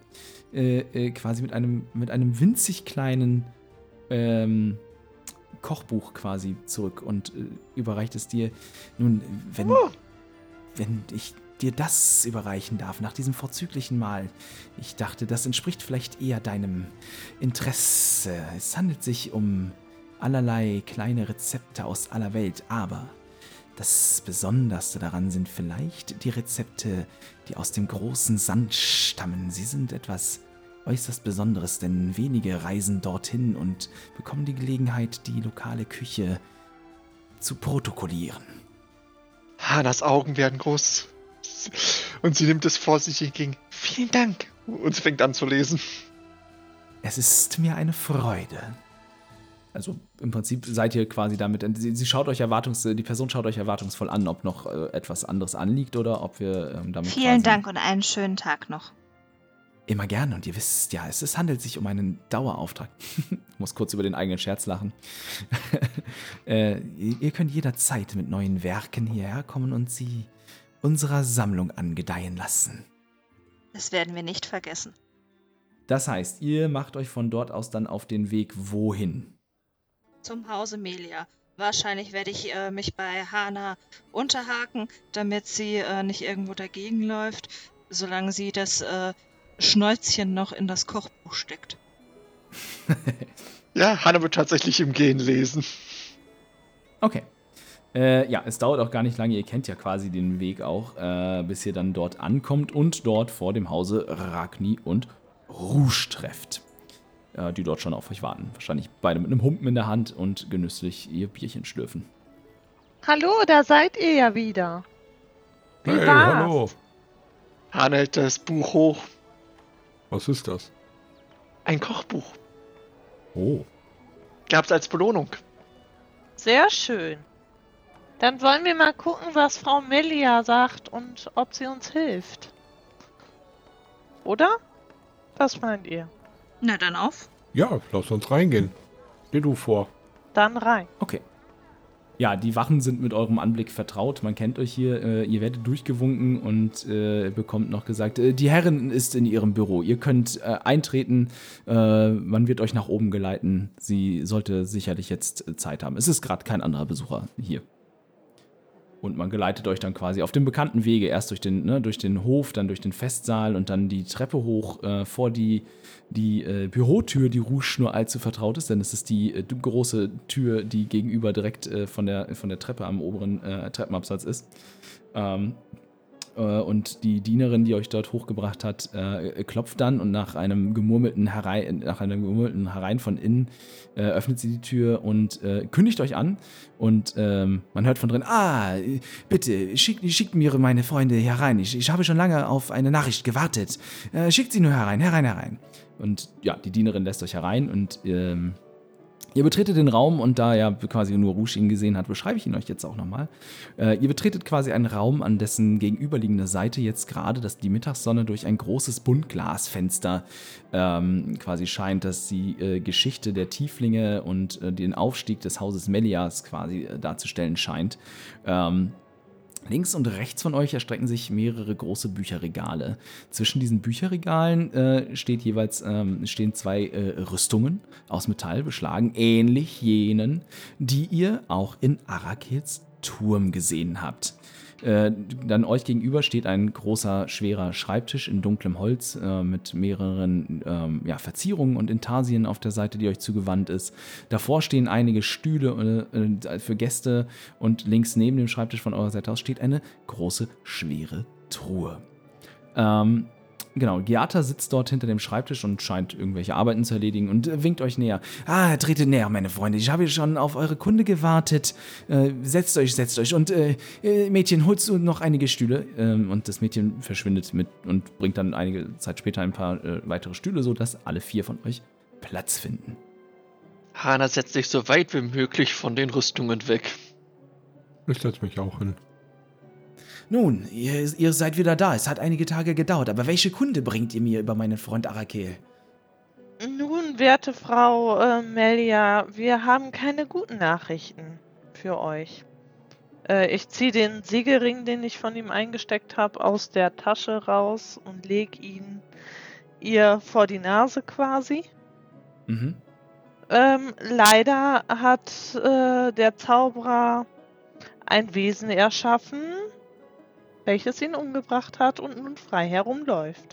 winzig kleinen Kochbuch quasi zurück und überreicht es dir. Nun, wenn ich dir das überreichen darf, nach diesem vorzüglichen Mahl. Ich dachte, das entspricht vielleicht eher deinem Interesse. Es handelt sich um allerlei kleine Rezepte aus aller Welt, aber das Besonderste daran sind vielleicht die Rezepte, die aus dem großen Sand stammen. Sie sind etwas äußerst Besonderes, denn wenige reisen dorthin und bekommen die Gelegenheit, die lokale Küche zu protokollieren. Hanas Augen werden groß und sie nimmt es vor sich entgegen. Vielen Dank. Und sie fängt an zu lesen. Es ist mir eine Freude. Also im Prinzip seid ihr quasi damit, sie schaut euch die Person schaut euch erwartungsvoll an, ob noch etwas anderes anliegt oder ob wir damit Vielen Dank und einen schönen Tag noch. Immer gerne und ihr wisst ja, es handelt sich um einen Dauerauftrag. Ich muss kurz über den eigenen Scherz lachen. Ihr könnt jederzeit mit neuen Werken hierher kommen und sie unserer Sammlung angedeihen lassen. Das werden wir nicht vergessen. Das heißt, ihr macht euch von dort aus dann auf den Weg wohin? Zum Hause Melia. Wahrscheinlich werde ich mich bei Hana unterhaken, damit sie nicht irgendwo dagegen läuft, solange sie das Schnäuzchen noch in das Kochbuch steckt. Ja, Hana wird tatsächlich im Gehen lesen. Okay. Ja, es dauert auch gar nicht lange. Ihr kennt ja quasi den Weg auch, bis ihr dann dort ankommt und dort vor dem Hause Ragni und Rouge trefft. Die dort schon auf euch warten. Wahrscheinlich beide mit einem Humpen in der Hand und genüsslich ihr Bierchen schlürfen. Hallo, da seid ihr ja wieder. Wie Hey, war's? hallo. Hana hält das Buch hoch. Was ist das? Ein Kochbuch. Oh. Gab's als Belohnung. Sehr schön. Dann wollen wir mal gucken, was Frau Melia sagt und ob sie uns hilft. Oder? Was meint ihr? Na dann auf. Ja, lass uns reingehen. Geh du vor. Dann rein. Okay. Ja, die Wachen sind mit eurem Anblick vertraut. Man kennt euch hier. Ihr werdet durchgewunken und bekommt noch gesagt, die Herrin ist in ihrem Büro. Ihr könnt eintreten. Man wird euch nach oben geleiten. Sie sollte sicherlich jetzt Zeit haben. Es ist gerade kein anderer Besucher hier. Und man geleitet euch dann quasi auf dem bekannten Wege. Erst durch den Hof, dann durch den Festsaal und dann die Treppe hoch vor die Bürotür, die Rouge nur allzu vertraut ist. Denn es ist die große Tür, die gegenüber direkt von der Treppe am oberen Treppenabsatz ist. Und die Dienerin, die euch dort hochgebracht hat, klopft dann und nach einem gemurmelten Herein von innen öffnet sie die Tür und kündigt euch an. Und man hört von drin, bitte, schickt mir meine Freunde herein. Ich habe schon lange auf eine Nachricht gewartet. Schickt sie nur herein. Und ja, die Dienerin lässt euch herein und ihr betretet den Raum und da ja quasi nur Rouge ihn gesehen hat, beschreibe ich ihn euch jetzt auch nochmal. Ihr betretet quasi einen Raum, an dessen gegenüberliegender Seite jetzt gerade, dass die Mittagssonne durch ein großes Buntglasfenster quasi scheint, dass die Geschichte der Tieflinge und den Aufstieg des Hauses Melias quasi darzustellen scheint. Links und rechts von euch erstrecken sich mehrere große Bücherregale. Zwischen diesen Bücherregalen stehen zwei Rüstungen aus Metall beschlagen, ähnlich jenen, die ihr auch in Arakels Turm gesehen habt. Dann euch gegenüber steht ein großer, schwerer Schreibtisch in dunklem Holz mit mehreren Verzierungen und Intarsien auf der Seite, die euch zugewandt ist. Davor stehen einige Stühle für Gäste und links neben dem Schreibtisch von eurer Seite aus steht eine große, schwere Truhe. Genau, Giata sitzt dort hinter dem Schreibtisch und scheint irgendwelche Arbeiten zu erledigen und winkt euch näher. Tretet näher, meine Freunde, ich habe schon auf eure Kunde gewartet. Setzt euch. Und Mädchen, holst du noch einige Stühle? Und das Mädchen verschwindet und bringt dann einige Zeit später ein paar weitere Stühle, sodass alle 4 von euch Platz finden. Hana setzt sich so weit wie möglich von den Rüstungen weg. Ich setze mich auch hin. Nun, ihr seid wieder da. Es hat einige Tage gedauert, aber welche Kunde bringt ihr mir über meinen Freund Arakel? Nun, werte Frau Melia, wir haben keine guten Nachrichten für euch. Ich ziehe den Siegelring, den ich von ihm eingesteckt habe, aus der Tasche raus und lege ihn ihr vor die Nase quasi. Mhm. Leider hat der Zauberer ein Wesen erschaffen, welches ihn umgebracht hat und nun frei herumläuft.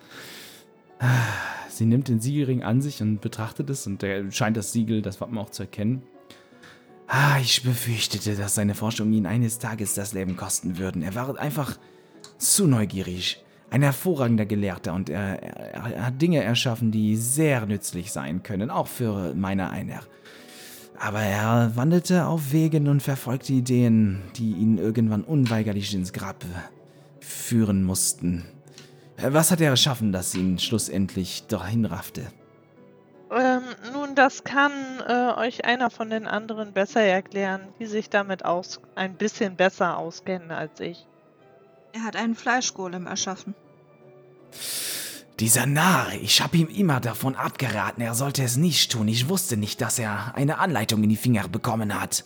Sie nimmt den Siegelring an sich und betrachtet es und er scheint das Siegel, das Wappen auch zu erkennen. Ich befürchtete, dass seine Forschungen ihn eines Tages das Leben kosten würden. Er war einfach zu neugierig. Ein hervorragender Gelehrter und er hat Dinge erschaffen, die sehr nützlich sein können, auch für meine einer. Aber er wandelte auf Wegen und verfolgte Ideen, die ihn irgendwann unweigerlich ins Grab führen mussten. Was hat er erschaffen, das ihn schlussendlich dahin raffte? Nun, das kann euch einer von den anderen besser erklären, die sich damit ein bisschen besser auskennen als ich. Er hat einen Fleischgolem erschaffen. Dieser Narr, ich habe ihm immer davon abgeraten, er sollte es nicht tun. Ich wusste nicht, dass er eine Anleitung in die Finger bekommen hat.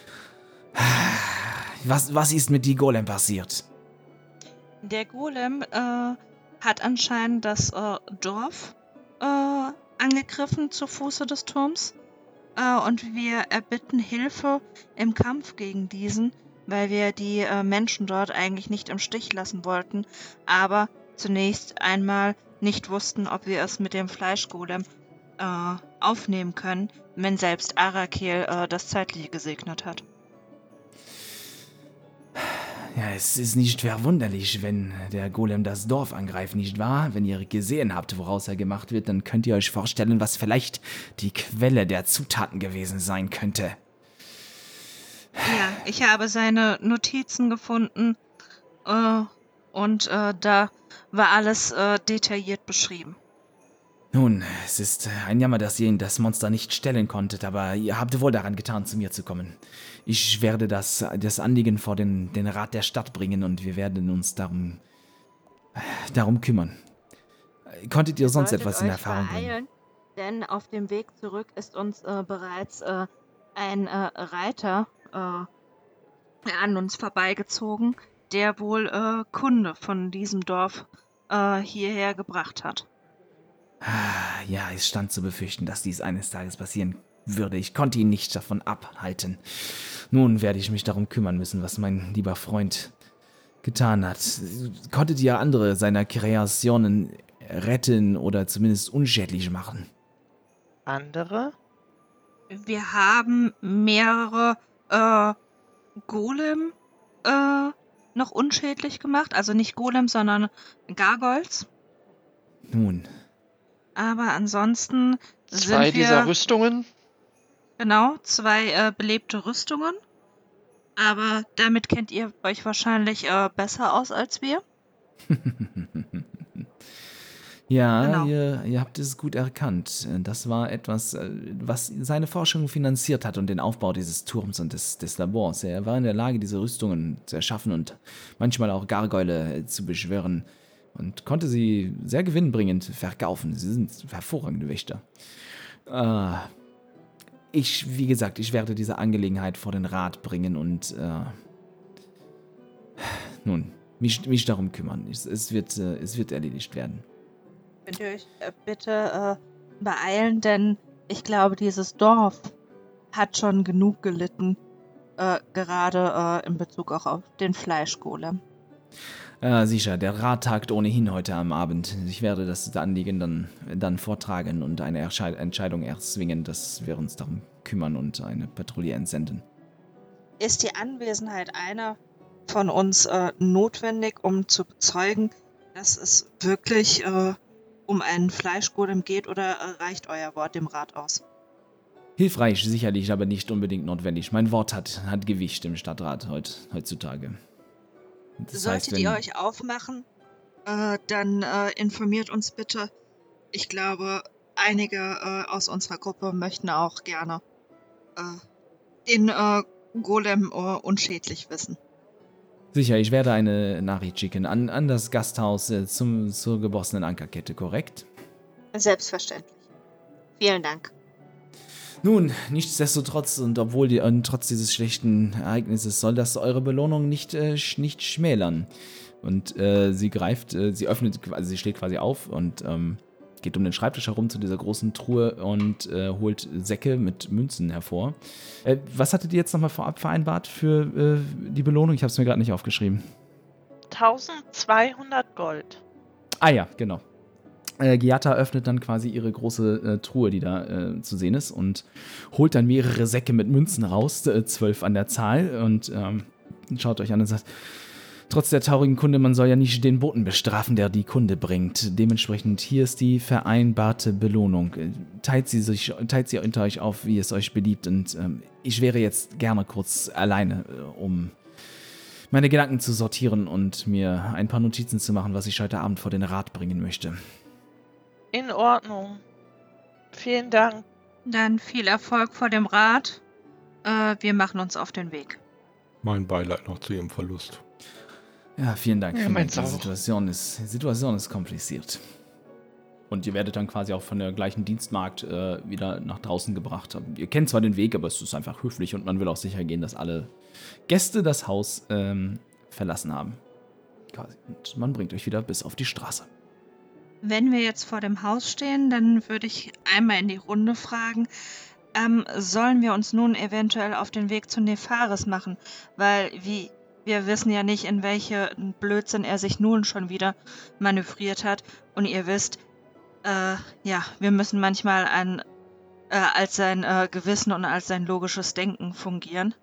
Was ist mit die Golem passiert? Der Golem hat anscheinend das Dorf angegriffen zu Fuße des Turms. Und wir erbitten Hilfe im Kampf gegen diesen, weil wir die Menschen dort eigentlich nicht im Stich lassen wollten, aber zunächst einmal nicht wussten, ob wir es mit dem Fleischgolem aufnehmen können, wenn selbst Arakel das Zeitliche gesegnet hat. Ja, es ist nicht verwunderlich, wenn der Golem das Dorf angreift, nicht wahr? Wenn ihr gesehen habt, woraus er gemacht wird, dann könnt ihr euch vorstellen, was vielleicht die Quelle der Zutaten gewesen sein könnte. Ja, ich habe seine Notizen gefunden und da war alles detailliert beschrieben. Nun, es ist ein Jammer, dass ihr das Monster nicht stellen konntet, aber ihr habt wohl daran getan, zu mir zu kommen. Ich werde das Anliegen vor den Rat der Stadt bringen und wir werden uns darum kümmern. Konntet ihr sonst etwas in Erfahrung bringen? Denn auf dem Weg zurück ist uns bereits ein Reiter an uns vorbeigezogen, der wohl Kunde von diesem Dorf hierher gebracht hat. Ja, es stand zu befürchten, dass dies eines Tages passieren würde. Ich konnte ihn nicht davon abhalten. Nun werde ich mich darum kümmern müssen, was mein lieber Freund getan hat. Konntet ihr andere seiner Kreationen retten oder zumindest unschädlich machen? Andere? Wir haben mehrere Golem noch unschädlich gemacht. Also nicht Golem, sondern Gargoyles. Nun, Aber ansonsten sind Zwei wir... dieser Rüstungen. Genau, 2 belebte Rüstungen. Aber damit kennt ihr euch wahrscheinlich besser aus als wir. ja, Genau. ihr habt es gut erkannt. Das war etwas, was seine Forschung finanziert hat und den Aufbau dieses Turms und des Labors. Er war in der Lage, diese Rüstungen zu erschaffen und manchmal auch Gargoyle zu beschwören und konnte sie sehr gewinnbringend verkaufen. Sie sind hervorragende Wächter. Wie gesagt, ich werde diese Angelegenheit vor den Rat bringen und nun, mich darum kümmern. Es wird erledigt werden. Könnt ihr euch bitte beeilen, denn ich glaube, dieses Dorf hat schon genug gelitten, gerade in Bezug auch auf den Fleischgolem. Sicher, der Rat tagt ohnehin heute am Abend. Ich werde das Anliegen dann vortragen und eine Entscheidung erzwingen, dass wir uns darum kümmern und eine Patrouille entsenden. Ist die Anwesenheit einer von uns notwendig, um zu bezeugen, dass es wirklich um einen Fleischgolem geht, oder reicht euer Wort dem Rat aus? Hilfreich sicherlich, aber nicht unbedingt notwendig. Mein Wort hat Gewicht im Stadtrat heutzutage. Das Solltet ihr euch aufmachen, dann informiert uns bitte. Ich glaube, einige aus unserer Gruppe möchten auch gerne den Golem unschädlich wissen. Sicher, ich werde eine Nachricht schicken an das Gasthaus zur gebossenen Ankerkette, korrekt? Selbstverständlich. Vielen Dank. Nun, nichtsdestotrotz und trotz dieses schlechten Ereignisses soll das eure Belohnung nicht schmälern. Und sie steht quasi auf und geht um den Schreibtisch herum zu dieser großen Truhe und holt Säcke mit Münzen hervor. Was hattet ihr jetzt nochmal vorab vereinbart für die Belohnung? Ich habe es mir gerade nicht aufgeschrieben. 1200 Gold. Ah ja, genau. Giatta öffnet dann quasi ihre große Truhe, die da zu sehen ist, und holt dann mehrere Säcke mit Münzen raus, 12 an der Zahl, und schaut euch an und sagt, trotz der traurigen Kunde, man soll ja nicht den Boten bestrafen, der die Kunde bringt. Dementsprechend, hier ist die vereinbarte Belohnung. Teilt sie unter euch auf, wie es euch beliebt, und ich wäre jetzt gerne kurz alleine, um meine Gedanken zu sortieren und mir ein paar Notizen zu machen, was ich heute Abend vor den Rat bringen möchte. In Ordnung. Vielen Dank. Dann viel Erfolg vor dem Rat. Wir machen uns auf den Weg. Mein Beileid noch zu ihrem Verlust. Ja, vielen Dank. Ja, meins auch. Die Situation ist kompliziert. Und ihr werdet dann quasi auch von der gleichen Dienstmagd wieder nach draußen gebracht. Ihr kennt zwar den Weg, aber es ist einfach höflich und man will auch sicher gehen, dass alle Gäste das Haus verlassen haben. Quasi. Und man bringt euch wieder bis auf die Straße. Wenn wir jetzt vor dem Haus stehen, dann würde ich einmal in die Runde fragen, sollen wir uns nun eventuell auf den Weg zu Nefaris machen? Weil wir wissen ja nicht, in welche Blödsinn er sich nun schon wieder manövriert hat. Und ihr wisst, wir müssen manchmal als sein Gewissen und als sein logisches Denken fungieren.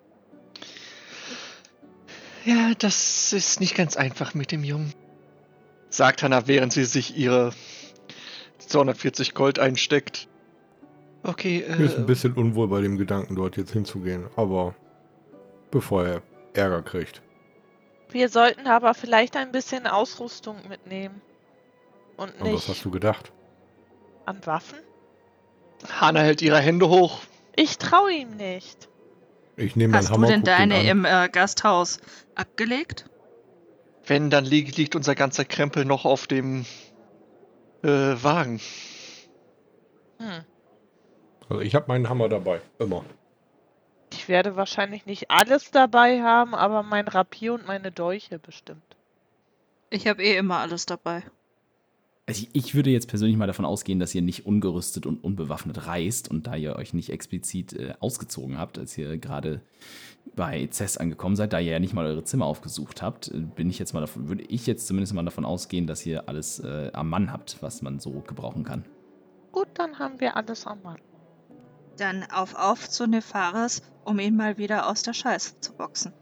Ja, das ist nicht ganz einfach mit dem Jungen, sagt Hannah, während sie sich ihre 240 Gold einsteckt. Okay, Mir ist ein bisschen unwohl bei dem Gedanken, dort jetzt hinzugehen, aber bevor er Ärger kriegt. Wir sollten aber vielleicht ein bisschen Ausrüstung mitnehmen. Und Und was nicht hast du gedacht? an Waffen? Hannah hält ihre Hände hoch. Ich traue ihm nicht. Ich nehme meinen Hast du Hammer, denn guck den deine an. im Gasthaus abgelegt? Wenn, dann liegt unser ganzer Krempel noch auf dem Wagen. Hm. Also ich habe meinen Hammer dabei, immer. Ich werde wahrscheinlich nicht alles dabei haben, aber mein Rapier und meine Dolche bestimmt. Ich habe eh immer alles dabei. Also ich würde jetzt persönlich mal davon ausgehen, dass ihr nicht ungerüstet und unbewaffnet reist und da ihr euch nicht explizit ausgezogen habt, als ihr gerade bei Cess angekommen seid, da ihr ja nicht mal eure Zimmer aufgesucht habt, würde ich jetzt zumindest mal davon ausgehen, dass ihr alles am Mann habt, was man so gebrauchen kann. Gut, dann haben wir alles am Mann. Dann auf zu Nefaris, um ihn mal wieder aus der Scheiße zu boxen.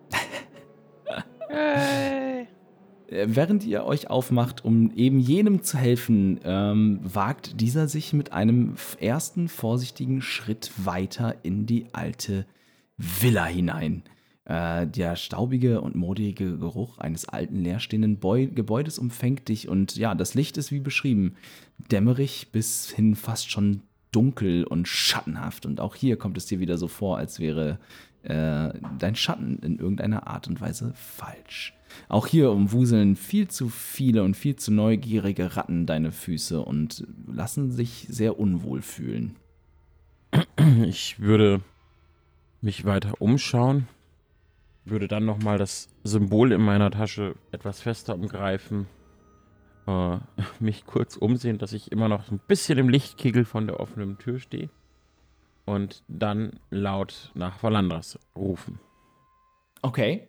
Hey. Während ihr euch aufmacht, um eben jenem zu helfen, wagt dieser sich mit einem ersten vorsichtigen Schritt weiter in die alte Villa hinein. Der staubige und modige Geruch eines alten, leerstehenden Gebäudes umfängt dich und ja, das Licht ist wie beschrieben, dämmerig bis hin fast schon dunkel und schattenhaft. Und auch hier kommt es dir wieder so vor, als wäre dein Schatten in irgendeiner Art und Weise falsch. Auch hier umwuseln viel zu viele und viel zu neugierige Ratten deine Füße und lassen sich sehr unwohl fühlen. Ich würde mich weiter umschauen, würde dann nochmal das Symbol in meiner Tasche etwas fester umgreifen, mich kurz umsehen, dass ich immer noch ein bisschen im Lichtkegel von der offenen Tür stehe und dann laut nach Valandras rufen. Okay.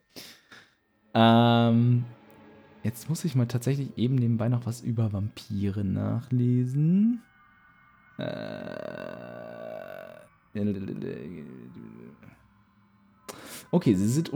Jetzt muss ich mal tatsächlich eben nebenbei noch was über Vampire nachlesen. Okay, sie sind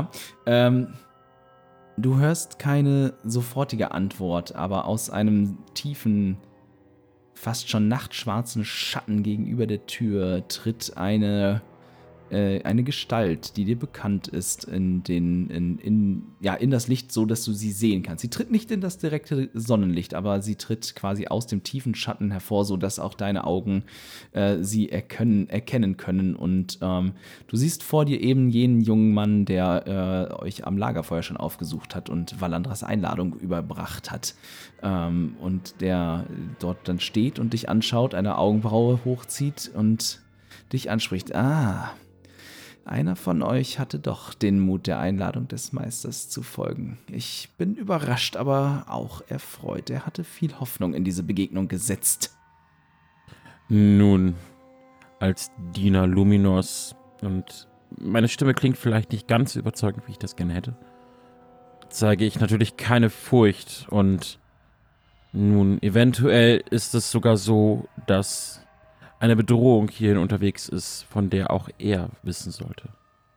du hörst keine sofortige Antwort, aber aus einem tiefen, fast schon nachtschwarzen Schatten gegenüber der Tür tritt eine Gestalt, die dir bekannt ist, in das Licht, so dass du sie sehen kannst. Sie tritt nicht in das direkte Sonnenlicht, aber sie tritt quasi aus dem tiefen Schatten hervor, so dass auch deine Augen sie erkennen können. Und du siehst vor dir eben jenen jungen Mann, der euch am Lagerfeuer schon aufgesucht hat und Valandras Einladung überbracht hat. Und der dort dann steht und dich anschaut, eine Augenbraue hochzieht und dich anspricht. Einer von euch hatte doch den Mut, der Einladung des Meisters zu folgen. Ich bin überrascht, aber auch erfreut. Er hatte viel Hoffnung in diese Begegnung gesetzt. Nun, als Diener Luminos, und meine Stimme klingt vielleicht nicht ganz überzeugend, wie ich das gerne hätte, zeige ich natürlich keine Furcht. Und nun, eventuell ist es sogar so, dass eine Bedrohung hierhin unterwegs ist, von der auch er wissen sollte.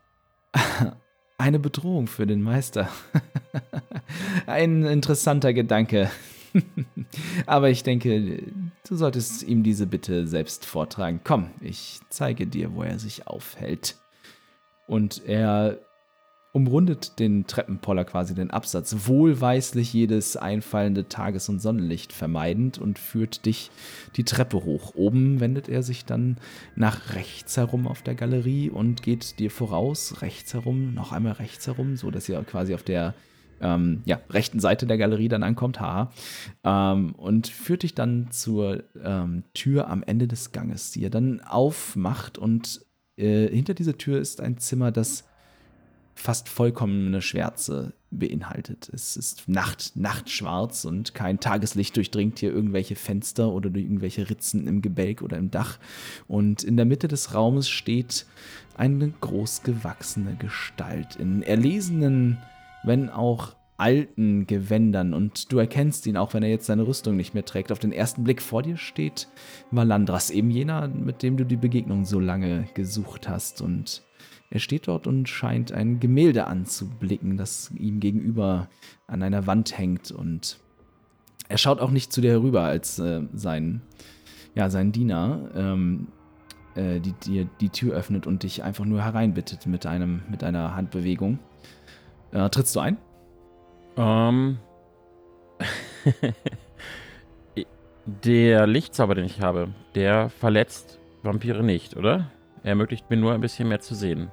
Eine Bedrohung für den Meister. Ein interessanter Gedanke. Aber ich denke, du solltest ihm diese Bitte selbst vortragen. Komm, ich zeige dir, wo er sich aufhält. Und er umrundet den Treppenpoller, quasi den Absatz, wohlweislich jedes einfallende Tages- und Sonnenlicht vermeidend und führt dich die Treppe hoch. Oben wendet er sich dann nach rechts herum auf der Galerie und geht dir voraus, rechts herum, noch einmal rechts herum, so dass ihr quasi auf der rechten Seite der Galerie dann ankommt, und führt dich dann zur Tür am Ende des Ganges, die ihr dann aufmacht, und hinter dieser Tür ist ein Zimmer, das fast vollkommene Schwärze beinhaltet. Es ist nachtschwarz und kein Tageslicht durchdringt hier irgendwelche Fenster oder durch irgendwelche Ritzen im Gebälk oder im Dach. Und in der Mitte des Raumes steht eine großgewachsene Gestalt in erlesenen, wenn auch alten Gewändern, und du erkennst ihn, auch wenn er jetzt seine Rüstung nicht mehr trägt. Auf den ersten Blick vor dir steht Valandras, eben jener, mit dem du die Begegnung so lange gesucht hast, und er steht dort und scheint ein Gemälde anzublicken, das ihm gegenüber an einer Wand hängt, und er schaut auch nicht zu dir herüber, als sein Diener die Tür öffnet und dich einfach nur hereinbittet mit einer Handbewegung. Trittst du ein? Der Lichtzauber, den ich habe, der verletzt Vampire nicht, oder? Er ermöglicht mir nur ein bisschen mehr zu sehen.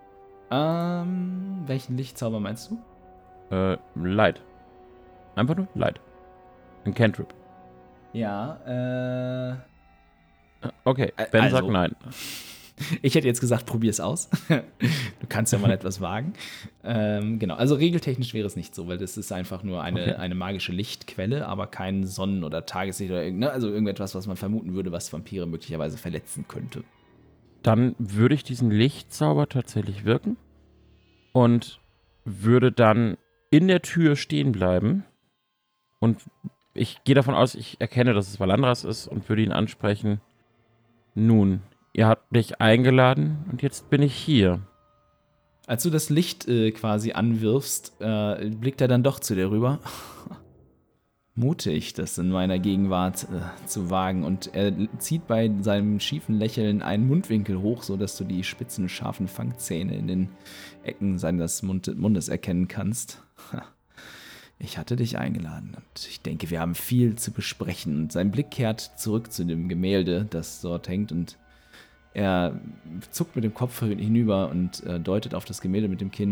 Welchen Lichtzauber meinst du? Light. Einfach nur Light. Ein Cantrip. Ja, Okay, Ben sagt nein. Ich hätte jetzt gesagt, probier's aus. Du kannst ja mal etwas wagen. Genau, also regeltechnisch wäre es nicht so, weil das ist einfach nur eine magische Lichtquelle, aber kein Sonnen- oder Tageslicht oder also irgendetwas, was man vermuten würde, was Vampire möglicherweise verletzen könnte. Dann würde ich diesen Lichtzauber tatsächlich wirken und würde dann in der Tür stehen bleiben. Und ich gehe davon aus, ich erkenne, dass es Valandras ist und würde ihn ansprechen. Nun, ihr habt mich eingeladen und jetzt bin ich hier. Als du das Licht quasi anwirfst, blickt er dann doch zu dir rüber. Mutig, das in meiner Gegenwart zu wagen. Und er zieht bei seinem schiefen Lächeln einen Mundwinkel hoch, sodass du die spitzen, scharfen Fangzähne in den Ecken seines Mundes erkennen kannst. Ich hatte dich eingeladen und ich denke, wir haben viel zu besprechen. Und sein Blick kehrt zurück zu dem Gemälde, das dort hängt, und er zuckt mit dem Kopf hinüber und deutet auf das Gemälde mit dem Kinn.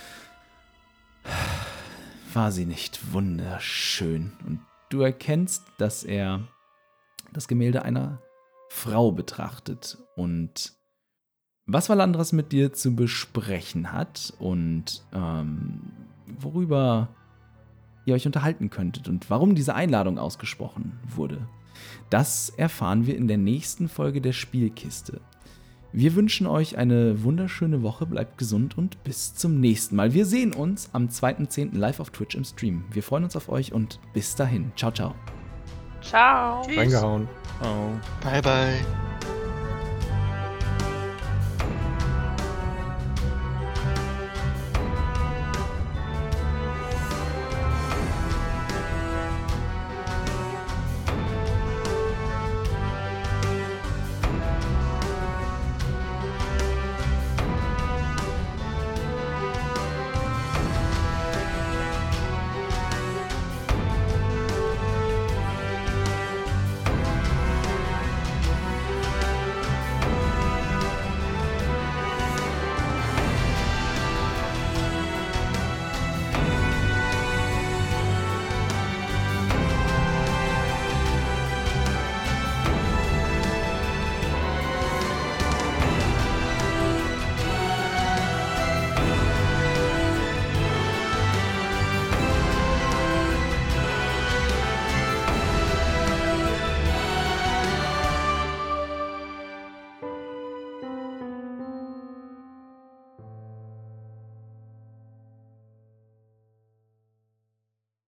War sie nicht wunderschön? Und du erkennst, dass er das Gemälde einer Frau betrachtet und was Valandras mit dir zu besprechen hat und worüber ihr euch unterhalten könntet und warum diese Einladung ausgesprochen wurde. Das erfahren wir in der nächsten Folge der Spielkiste. Wir wünschen euch eine wunderschöne Woche, bleibt gesund und bis zum nächsten Mal. Wir sehen uns am 2.10. live auf Twitch im Stream. Wir freuen uns auf euch und bis dahin. Ciao, ciao. Ciao. Reingehauen. Oh. Bye, bye.